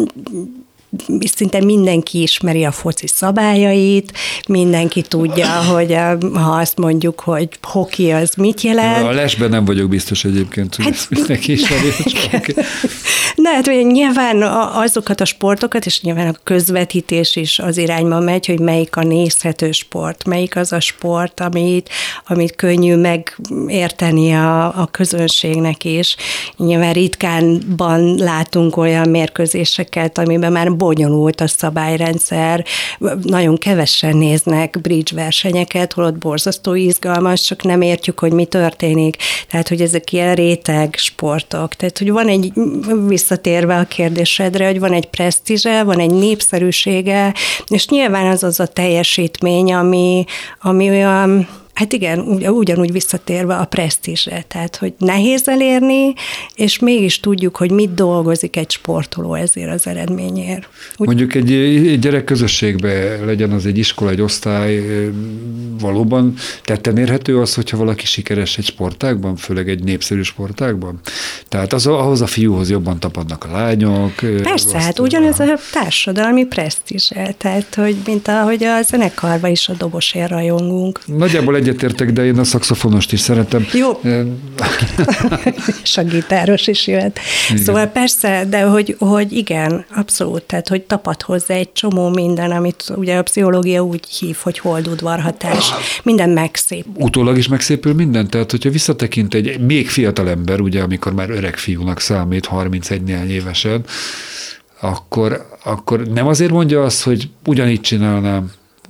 szinte mindenki ismeri a foci szabályait, mindenki tudja, hogy ha azt mondjuk, hogy hoki az mit jelent. A lesben nem vagyok biztos egyébként, hogy hát, ezt mindenki ismeri. De hát nyilván azokat a sportokat, és nyilván a közvetítés is az irányba megy, hogy melyik a nézhető sport, melyik az a sport, amit, amit könnyű megérteni a, a közönségnek is. Nyilván ritkánban látunk olyan mérkőzéseket, amiben már bonyolult a szabályrendszer, nagyon kevesen néznek bridge versenyeket, holott borzasztó izgalmas, csak nem értjük, hogy mi történik. Tehát, hogy ezek ilyen réteg sportok. Tehát, hogy van egy, visszatérve a kérdésedre, hogy van egy presztízse, van egy népszerűsége, és nyilván az az a teljesítmény, ami, ami olyan, hát igen, ugyanúgy visszatérve a presztízsre, tehát, hogy nehéz elérni, és mégis tudjuk, hogy mit dolgozik egy sportoló ezért az eredményért. Úgy... Mondjuk egy, egy gyerekközösségben legyen az egy iskola, egy osztály, valóban tetten érhető az, hogyha valaki sikeres egy sportágban, főleg egy népszerű sportágban? Tehát az, ahhoz a fiúhoz jobban tapadnak a lányok. Persze, hát ugyanez a társadalmi presztízse, tehát, hogy mint ahogy a zenekarban is a dobosért rajongunk. Nagyjából egyetértek, de én a szaxofonost is szeretem. Jó. És a gitáros is jöhet. Igen. Szóval persze, de hogy, hogy igen, abszolút, tehát hogy tapad hozzá egy csomó minden, amit ugye a pszichológia úgy hív, hogy holdudvarhatás. Minden megszép. Utólag is megszépül minden? Tehát, hogyha visszatekint egy még fiatal ember, ugye, amikor már öreg fiúnak számít, harmincegy néhány évesen, akkor, akkor nem azért mondja azt, hogy ugyanígy csinálnám,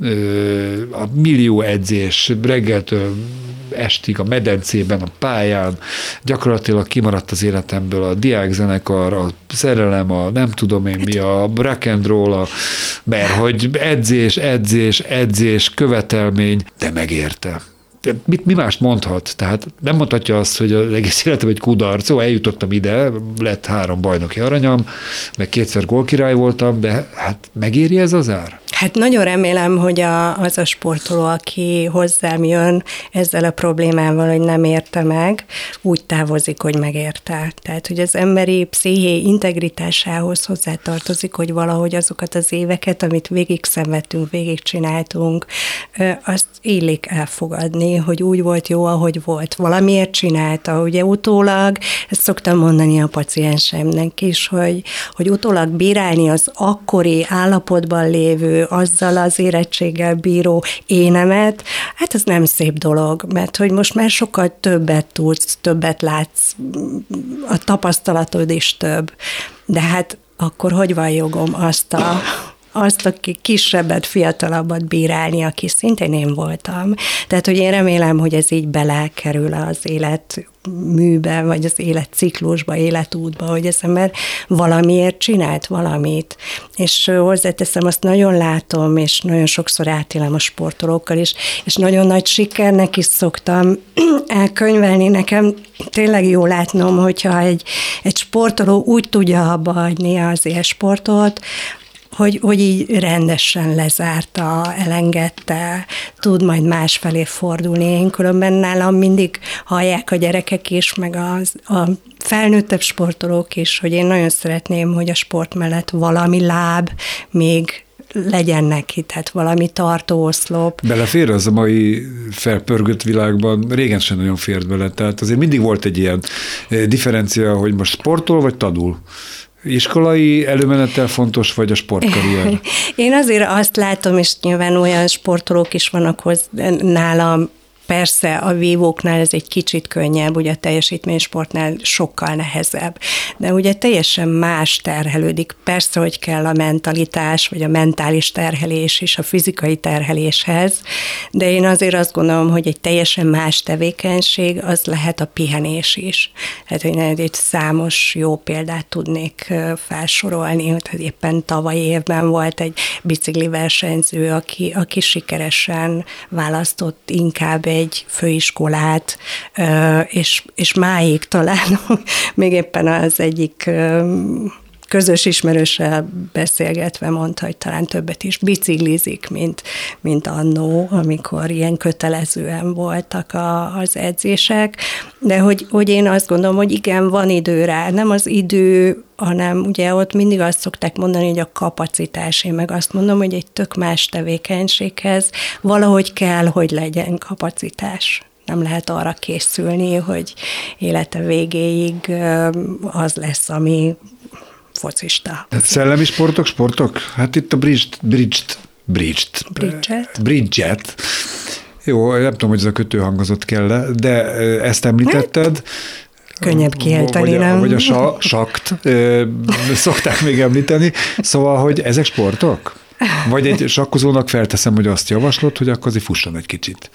a millió edzés reggeltől estig a medencében, a pályán, gyakorlatilag kimaradt az életemből a diákzenekar, a szerelem, a nem tudom én mi, a rock and roll, a, mert hogy edzés, edzés, edzés, követelmény, de megérte. Mit, mi mást mondhat? Tehát nem mondhatja azt, hogy az egész életem egy kudarc, szóval eljutottam ide, lett három bajnoki aranyam, meg kétszer gólkirály voltam, de hát megéri ez az ár? Hát nagyon remélem, hogy a, az a sportoló, aki hozzám jön ezzel a problémával, hogy nem érte meg, úgy távozik, hogy megérte. Tehát, hogy az emberi psziché integritásához hozzátartozik, hogy valahogy azokat az éveket, amit végig szenvedtünk, végig csináltunk, azt illik elfogadni, hogy úgy volt jó, ahogy volt. Valamiért csinálta. Ugye utólag, ezt szoktam mondani a paciensemnek is, hogy, hogy utólag bírálni az akkori állapotban lévő, azzal az érettséggel bíró énemet, hát ez nem szép dolog, mert hogy most már sokkal többet tudsz, többet látsz, a tapasztalatod is több, de hát akkor hogy van jogom azt a azt a kisebbet, fiatalabbat bírálni, aki szintén én voltam. Tehát, hogy én remélem, hogy ez így belekerül az élet műbe, vagy az életciklusba, életútba, hogy ez ember valamiért csinált valamit. És hozzáteszem, azt nagyon látom, és nagyon sokszor átélem a sportolókkal is, és nagyon nagy sikernek is szoktam elkönyvelni. Nekem tényleg jó látnom, hogyha egy, egy sportoló úgy tudja abba hagyni az élsportot, hogy, hogy így rendesen lezárta, elengedte, tud majd másfelé fordulni. Én különben nálam mindig hallják a gyerekek is, meg az, a felnőttebb sportolók is, hogy én nagyon szeretném, hogy a sport mellett valami láb még legyen neki, tehát valami tartóoszlop. Belefér az a mai felpörgött világban, régen sem nagyon fért bele, tehát azért mindig volt egy ilyen differencia, hogy most sportol vagy tanul. Iskolai előmenettel fontos, vagy a sportkarrier? Én azért azt látom, és nyilván olyan sportolók is vannak hoz nálam, persze a vívóknál ez egy kicsit könnyebb, ugye a teljesítménysportnál sokkal nehezebb, de ugye teljesen más terhelődik. Persze, hogy kell a mentalitás, vagy a mentális terhelés is a fizikai terheléshez, de én azért azt gondolom, hogy egy teljesen más tevékenység, az lehet a pihenés is. Hát én egy számos jó példát tudnék felsorolni, hogy éppen tavaly évben volt egy bicikliversenyző, aki, aki sikeresen választott inkább egy főiskolát, és, és máig talán még éppen az egyik közös ismerőssel beszélgetve mondta, hogy talán többet is biciklizik, mint, mint annó, amikor ilyen kötelezően voltak a, az edzések, de hogy, hogy én azt gondolom, hogy igen, van idő rá, nem az idő, hanem ugye ott mindig azt szokták mondani, hogy a kapacitás, én meg azt mondom, hogy egy tök más tevékenységhez valahogy kell, hogy legyen kapacitás. Nem lehet arra készülni, hogy élete végéig az lesz, ami focista. Szellemi sportok, sportok? Hát itt a bridge-t, bridge-t, bridge-t, Bridget. Bridget. Jó, nem tudom, hogy ez a kötőhangozott kell, de ezt említetted. Könnyebb kiejteni, vagy a, nem? Vagy a sa, sakt, szokták még említeni. Szóval, hogy ezek sportok? Vagy egy sakkozónak felteszem, hogy azt javaslod, hogy akkor azért fusson egy kicsit.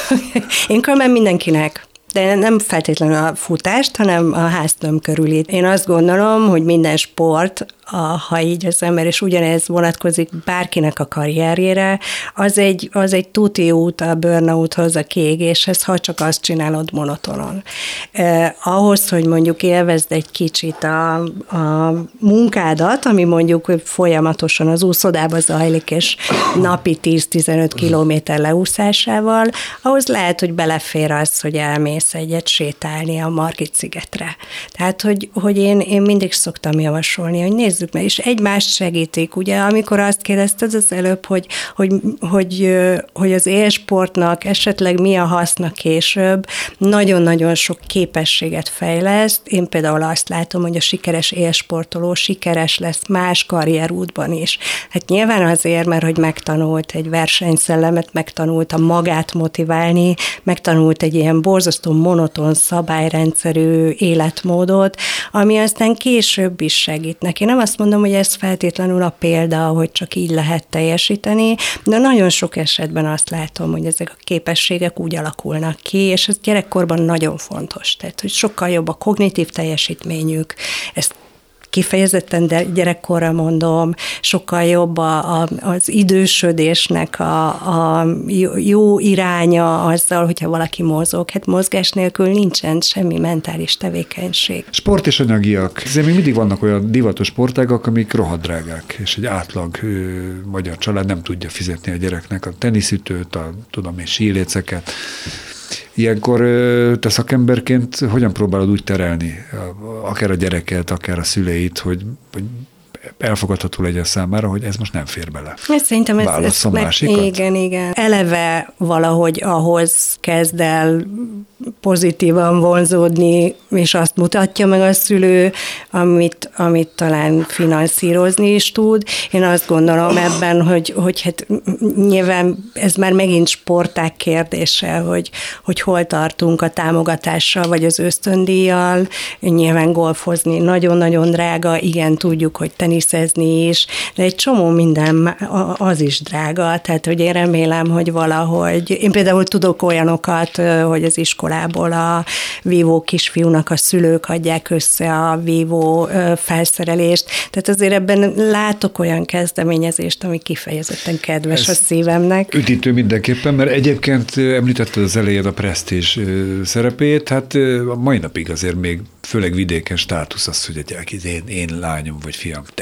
Én különben mindenkinek. De nem feltétlenül a futást, hanem a háztöm körüli. Én azt gondolom, hogy minden sport, a, ha így az ember, és ugyanez vonatkozik bárkinek a karrierjére, az egy, az egy tuti út a burnouthoz, a kiégéshez, ha csak azt csinálod monotonon. Eh, ahhoz, hogy mondjuk élvezd egy kicsit a, a munkádat, ami mondjuk folyamatosan az úszodába zajlik, és napi tíz-tizenöt kilométer leúszásával, ahhoz lehet, hogy belefér az, hogy elmész egyet sétálni a Margit-szigetre. Tehát, hogy, hogy én, én mindig szoktam javasolni, hogy nézzük meg, és egymást segítik. Ugye, amikor azt kérdezted az előbb, hogy, hogy, hogy, hogy az élsportnak esetleg mi a haszna később, nagyon-nagyon sok képességet fejleszt. Én például azt látom, hogy a sikeres élsportoló sikeres lesz más karrierútban is. Hát nyilván azért, mert hogy megtanult egy versenyszellemet, megtanulta magát motiválni, megtanult egy ilyen borzasztó monoton, szabályrendszerű életmódot, ami aztán később is segít neki. Nem azt mondom, hogy ez feltétlenül a példa, hogy csak így lehet teljesíteni, de nagyon sok esetben azt látom, hogy ezek a képességek úgy alakulnak ki, és ez gyerekkorban nagyon fontos. Tehát, hogy sokkal jobb a kognitív teljesítményük, ezt kifejezetten de gyerekkorra mondom, sokkal jobb a, a, az idősödésnek a, a jó iránya azzal, hogyha valaki mozog. Hát mozgás nélkül nincsen semmi mentális tevékenység. Sport és anyagiak. Ezért még mindig vannak olyan divatos sportágak, amik rohadt drágák, és egy átlag ö, magyar család nem tudja fizetni a gyereknek a teniszütőt, a tudom én, síléceket. Ilyenkor te szakemberként hogyan próbálod úgy terelni akár a gyereket, akár a szüleit, hogy, hogy elfogadható legyen számára, hogy ez most nem fér bele. Ez szerintem ez, Válasz a ez másikat? Meg, igen, igen. Eleve valahogy ahhoz kezd el pozitívan vonzódni, és azt mutatja meg a szülő, amit, amit talán finanszírozni is tud. Én azt gondolom ebben, hogy, hogy hát nyilván ez már megint sportág kérdése, hogy, hogy hol tartunk a támogatással, vagy az ösztöndíjjal. Nyilván golfozni nagyon-nagyon drága, igen, tudjuk, hogy teniszezni is, de egy csomó minden az is drága, tehát hogy én remélem, hogy valahogy, én például tudok olyanokat, hogy az iskolából a vívó kisfiúnak a szülők adják össze a vívó felszerelést, tehát azért ebben látok olyan kezdeményezést, ami kifejezetten kedves Ez a szívemnek. Üdítő mindenképpen, mert egyébként említetted az elején a presztízs szerepét, hát a mai napig azért még főleg vidéken státusz az, hogy egy én, én lányom vagy fiam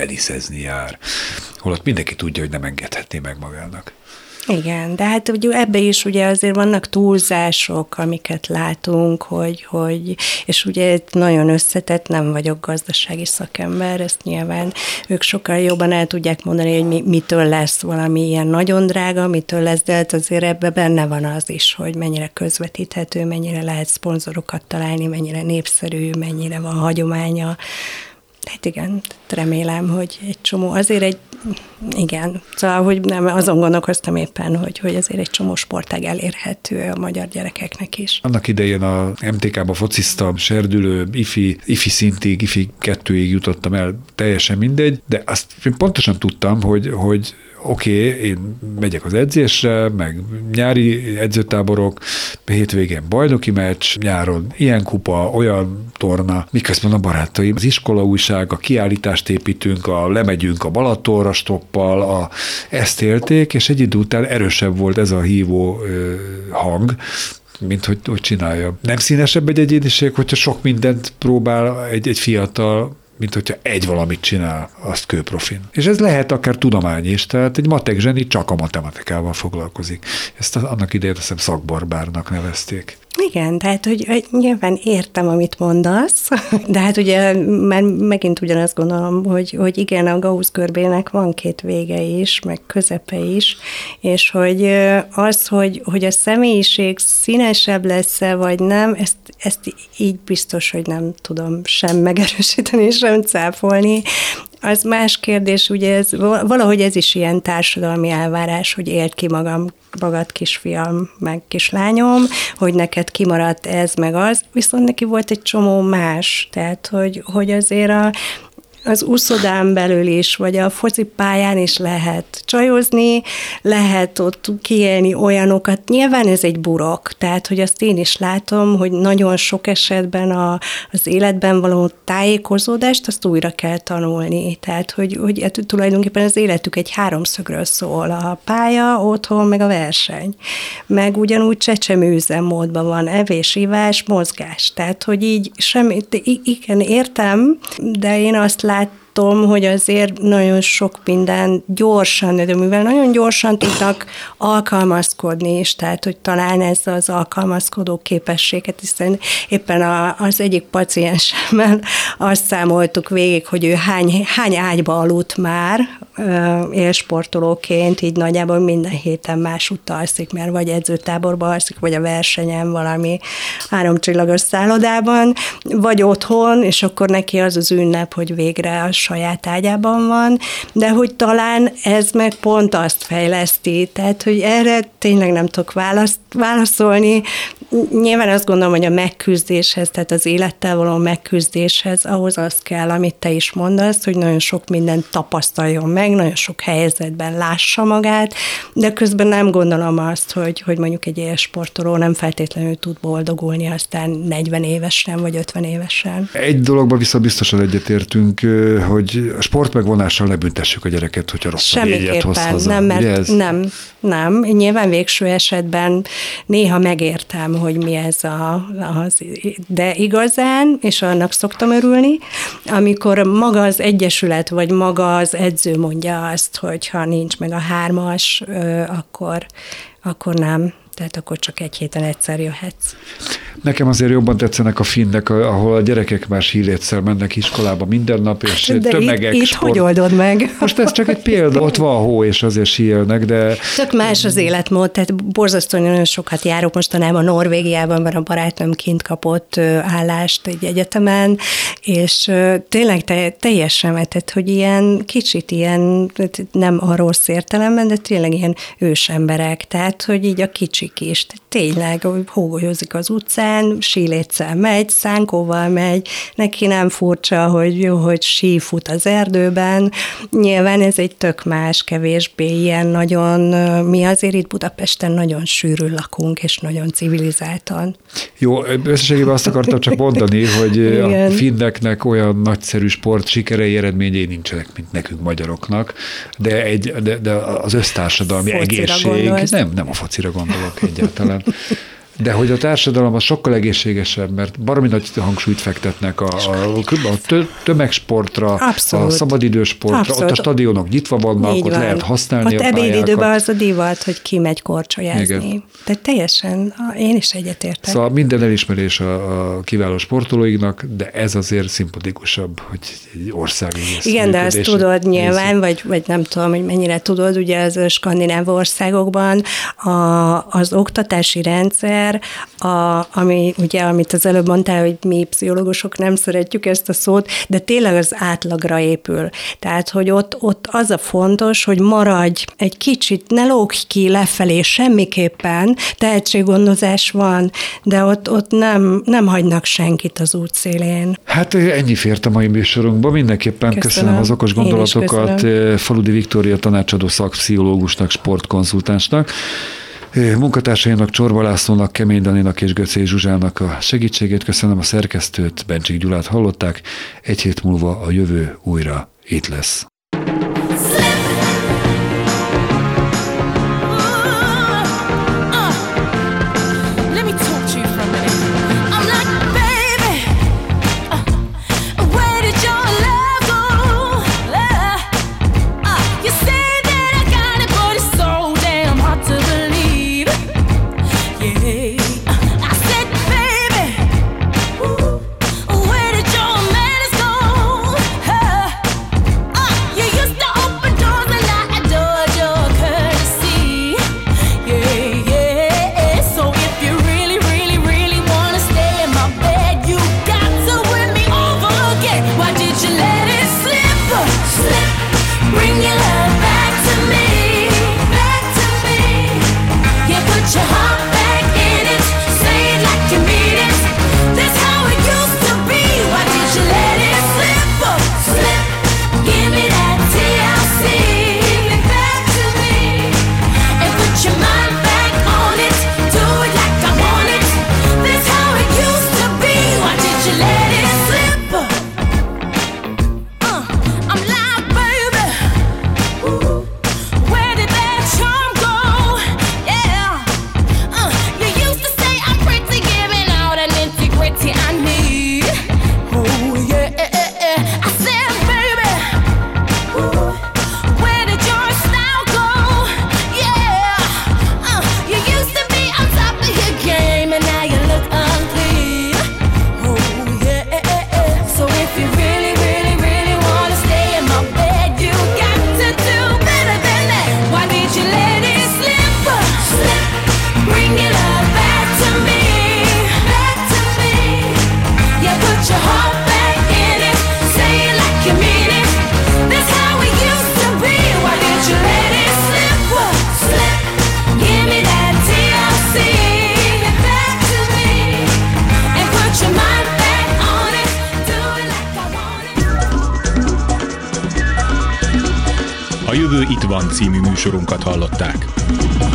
teniszezni jár. Holott mindenki tudja, hogy nem engedhetné meg magának. Igen, de hát ugye ebbe is ugye azért vannak túlzások, amiket látunk, hogy, hogy és ugye nagyon összetett, nem vagyok gazdasági szakember, ezt nyilván ők sokkal jobban el tudják mondani, hogy mi, mitől lesz valami ilyen nagyon drága, mitől lesz, de hát azért ebbe benne van az is, hogy mennyire közvetíthető, mennyire lehet szponzorokat találni, mennyire népszerű, mennyire van hagyománya. Hát igen, remélem, hogy egy csomó, azért egy, igen, szóval, hogy nem, azon gondolkoztam éppen, hogy, hogy azért egy csomó sportág elérhető a magyar gyerekeknek is. Annak idején a em té ká-ba fociztam, serdülő, ifi, ifi szintig, ifi kettőig jutottam el, teljesen mindegy, de azt én pontosan tudtam, hogy, hogy oké, okay, én megyek az edzésre, meg nyári edzőtáborok, hétvégén bajnoki meccs, nyáron ilyen kupa, olyan torna, miközben a barátaim, az iskola újság, a kiállítást építünk, a lemegyünk a Balatonra stoppal, a, ezt élték, és egy idő után erősebb volt ez a hívó ö, hang, mint hogy, hogy csinálja. Nem színesebb egy egyéniség, hogyha sok mindent próbál egy, egy fiatal, mint hogyha egy valamit csinál, azt kőprofin. És ez lehet akár tudomány is, tehát egy matek zseni csak a matematikával foglalkozik. Ezt annak idején azt hiszem szakbarbárnak nevezték. Igen, tehát, hogy, hogy nyilván értem, amit mondasz, de hát ugye már megint ugyanazt gondolom, hogy, hogy igen, a Gauss görbének van két vége is, meg közepe is, és hogy az, hogy, hogy a személyiség színesebb lesz-e, vagy nem, ezt, ezt így biztos, hogy nem tudom sem megerősíteni, sem cáfolni. Az más kérdés, ugye ez, valahogy ez is ilyen társadalmi elvárás, hogy éld ki magam, magad kisfiam, meg kislányom, hogy neked kimaradt ez, meg az, viszont neki volt egy csomó más, tehát hogy, hogy azért a az úszodán belül is, vagy a focipályán is lehet csajozni, lehet ott kiélni olyanokat. Nyilván ez egy burok, tehát hogy azt én is látom, hogy nagyon sok esetben a, az életben való tájékozódást azt újra kell tanulni. Tehát, hogy, hogy tulajdonképpen az életük egy háromszögről szól. A pálya, otthon, meg a verseny. Meg ugyanúgy csecsemőüzemmódban van evés, ivás, mozgás. Tehát, hogy így semmi, igen, értem, de én azt látom, hogy azért nagyon sok minden gyorsan, de mivel nagyon gyorsan tudnak alkalmazkodni is, tehát, hogy talán ez az alkalmazkodó képességet, hiszen éppen a, az egyik paciensemmel azt számoltuk végig, hogy ő hány, hány ágyba aludt már élsportolóként, így nagyjából minden héten másút alszik, mert vagy edzőtáborban alszik, vagy a versenyen valami háromcsillagos szállodában, vagy otthon, és akkor neki az az ünnep, hogy végre a saját ágyában van, de hogy talán ez meg pont azt fejleszti, tehát, hogy erre tényleg nem tudok választ, válaszolni. Nyilván azt gondolom, hogy a megküzdéshez, tehát az élettel való megküzdéshez ahhoz az kell, amit te is mondasz, hogy nagyon sok mindent tapasztaljon meg, nagyon sok helyzetben lássa magát, de közben nem gondolom azt, hogy, hogy mondjuk egy élsportoló nem feltétlenül tud boldogulni aztán negyven évesen vagy ötven évesen. Egy dologban viszont biztosan egyetértünk, hogy a sport megvonással ne büntessük a gyereket, hogyha rossz a jegyet hoz haza. Nem, mert nem, nem. Nyilván végső esetben néha megértem, hogy mi ez a, az, de igazán, és annak szoktam örülni, amikor maga az egyesület, vagy maga az edző mondja azt, hogy ha nincs meg a hármas, akkor, akkor nem. Tehát akkor csak egy héten egyszer jöhetsz. Nekem azért jobban tetszenek a finnek, ahol a gyerekek már sílétszer mennek iskolába minden nap, és de tömegek. Itt, itt sport... hogy oldod meg? Most ez csak egy példa, ott van a hó, és azért síelnek, de... Tök más az életmód, tehát borzasztóan nagyon sokat járok mostanában Norvégiában, van a barátnőm kint kapott állást egy egyetemen, és tényleg te, teljesen vetett, hogy ilyen kicsit ilyen, nem a rossz értelemben, de tényleg ilyen ősemberek, tehát hogy így a kicsik is. Tényleg hógolyozik az utcán, síléccel megy, szánkóval megy, neki nem furcsa, hogy jó, hogy sí fut az erdőben. Nyilván ez egy tök más, kevésbé ilyen nagyon, mi azért itt Budapesten nagyon sűrűn lakunk, és nagyon civilizáltan. Jó, összességében azt akartam csak mondani, hogy igen, a finneknek olyan nagyszerű sport sikerei, eredményei nincsenek, mint nekünk magyaroknak, de, egy, de, de az össztársadalmi focira egészség, gondolsz. nem, nem a focira gondolok egyáltalán, De hogy a társadalom az sokkal egészségesebb, mert baromi nagy hangsúlyt fektetnek a, a, a tömegsportra, abszolút. A szabadidősportra, abszolút. Ott a stadionok nyitva vannak, Így ott van. Lehet használni ott a pályákat. Ott ebédidőben az a divat, hogy ki megy korcsolyázni. Igen. Tehát teljesen, én is egyetértek. Szóval minden elismerés a, a kiváló sportolóinknak, de ez azért szimpatikusabb, hogy egy ország egész. Igen, de azt tudod nyilván, vagy, vagy nem tudom, hogy mennyire tudod, ugye az skandináv országokban a, az oktatási rendszer, a, ami, ugye, amit az előbb mondtál, hogy mi pszichológusok nem szeretjük ezt a szót, de tényleg az átlagra épül. Tehát, hogy ott, ott az a fontos, hogy maradj egy kicsit, ne lógj ki lefelé semmiképpen, tehetséggondozás van, de ott, ott nem, nem hagynak senkit az útszélén. Hát ennyi fért a mai műsorunkba. Mindenképpen köszönöm, köszönöm az okos gondolatokat Faludi Viktória tanácsadó szakpszichológusnak, sportkonzultánsnak, munkatársainak, Csorba Lászlónak, Kemény Daninak és Göcé Zsuzsának a segítségét. Köszönöm a szerkesztőt, Bencsik Gyulát hallották. Egy hét múlva a jövő újra itt lesz. A Jövő itt van című műsorunkat hallották.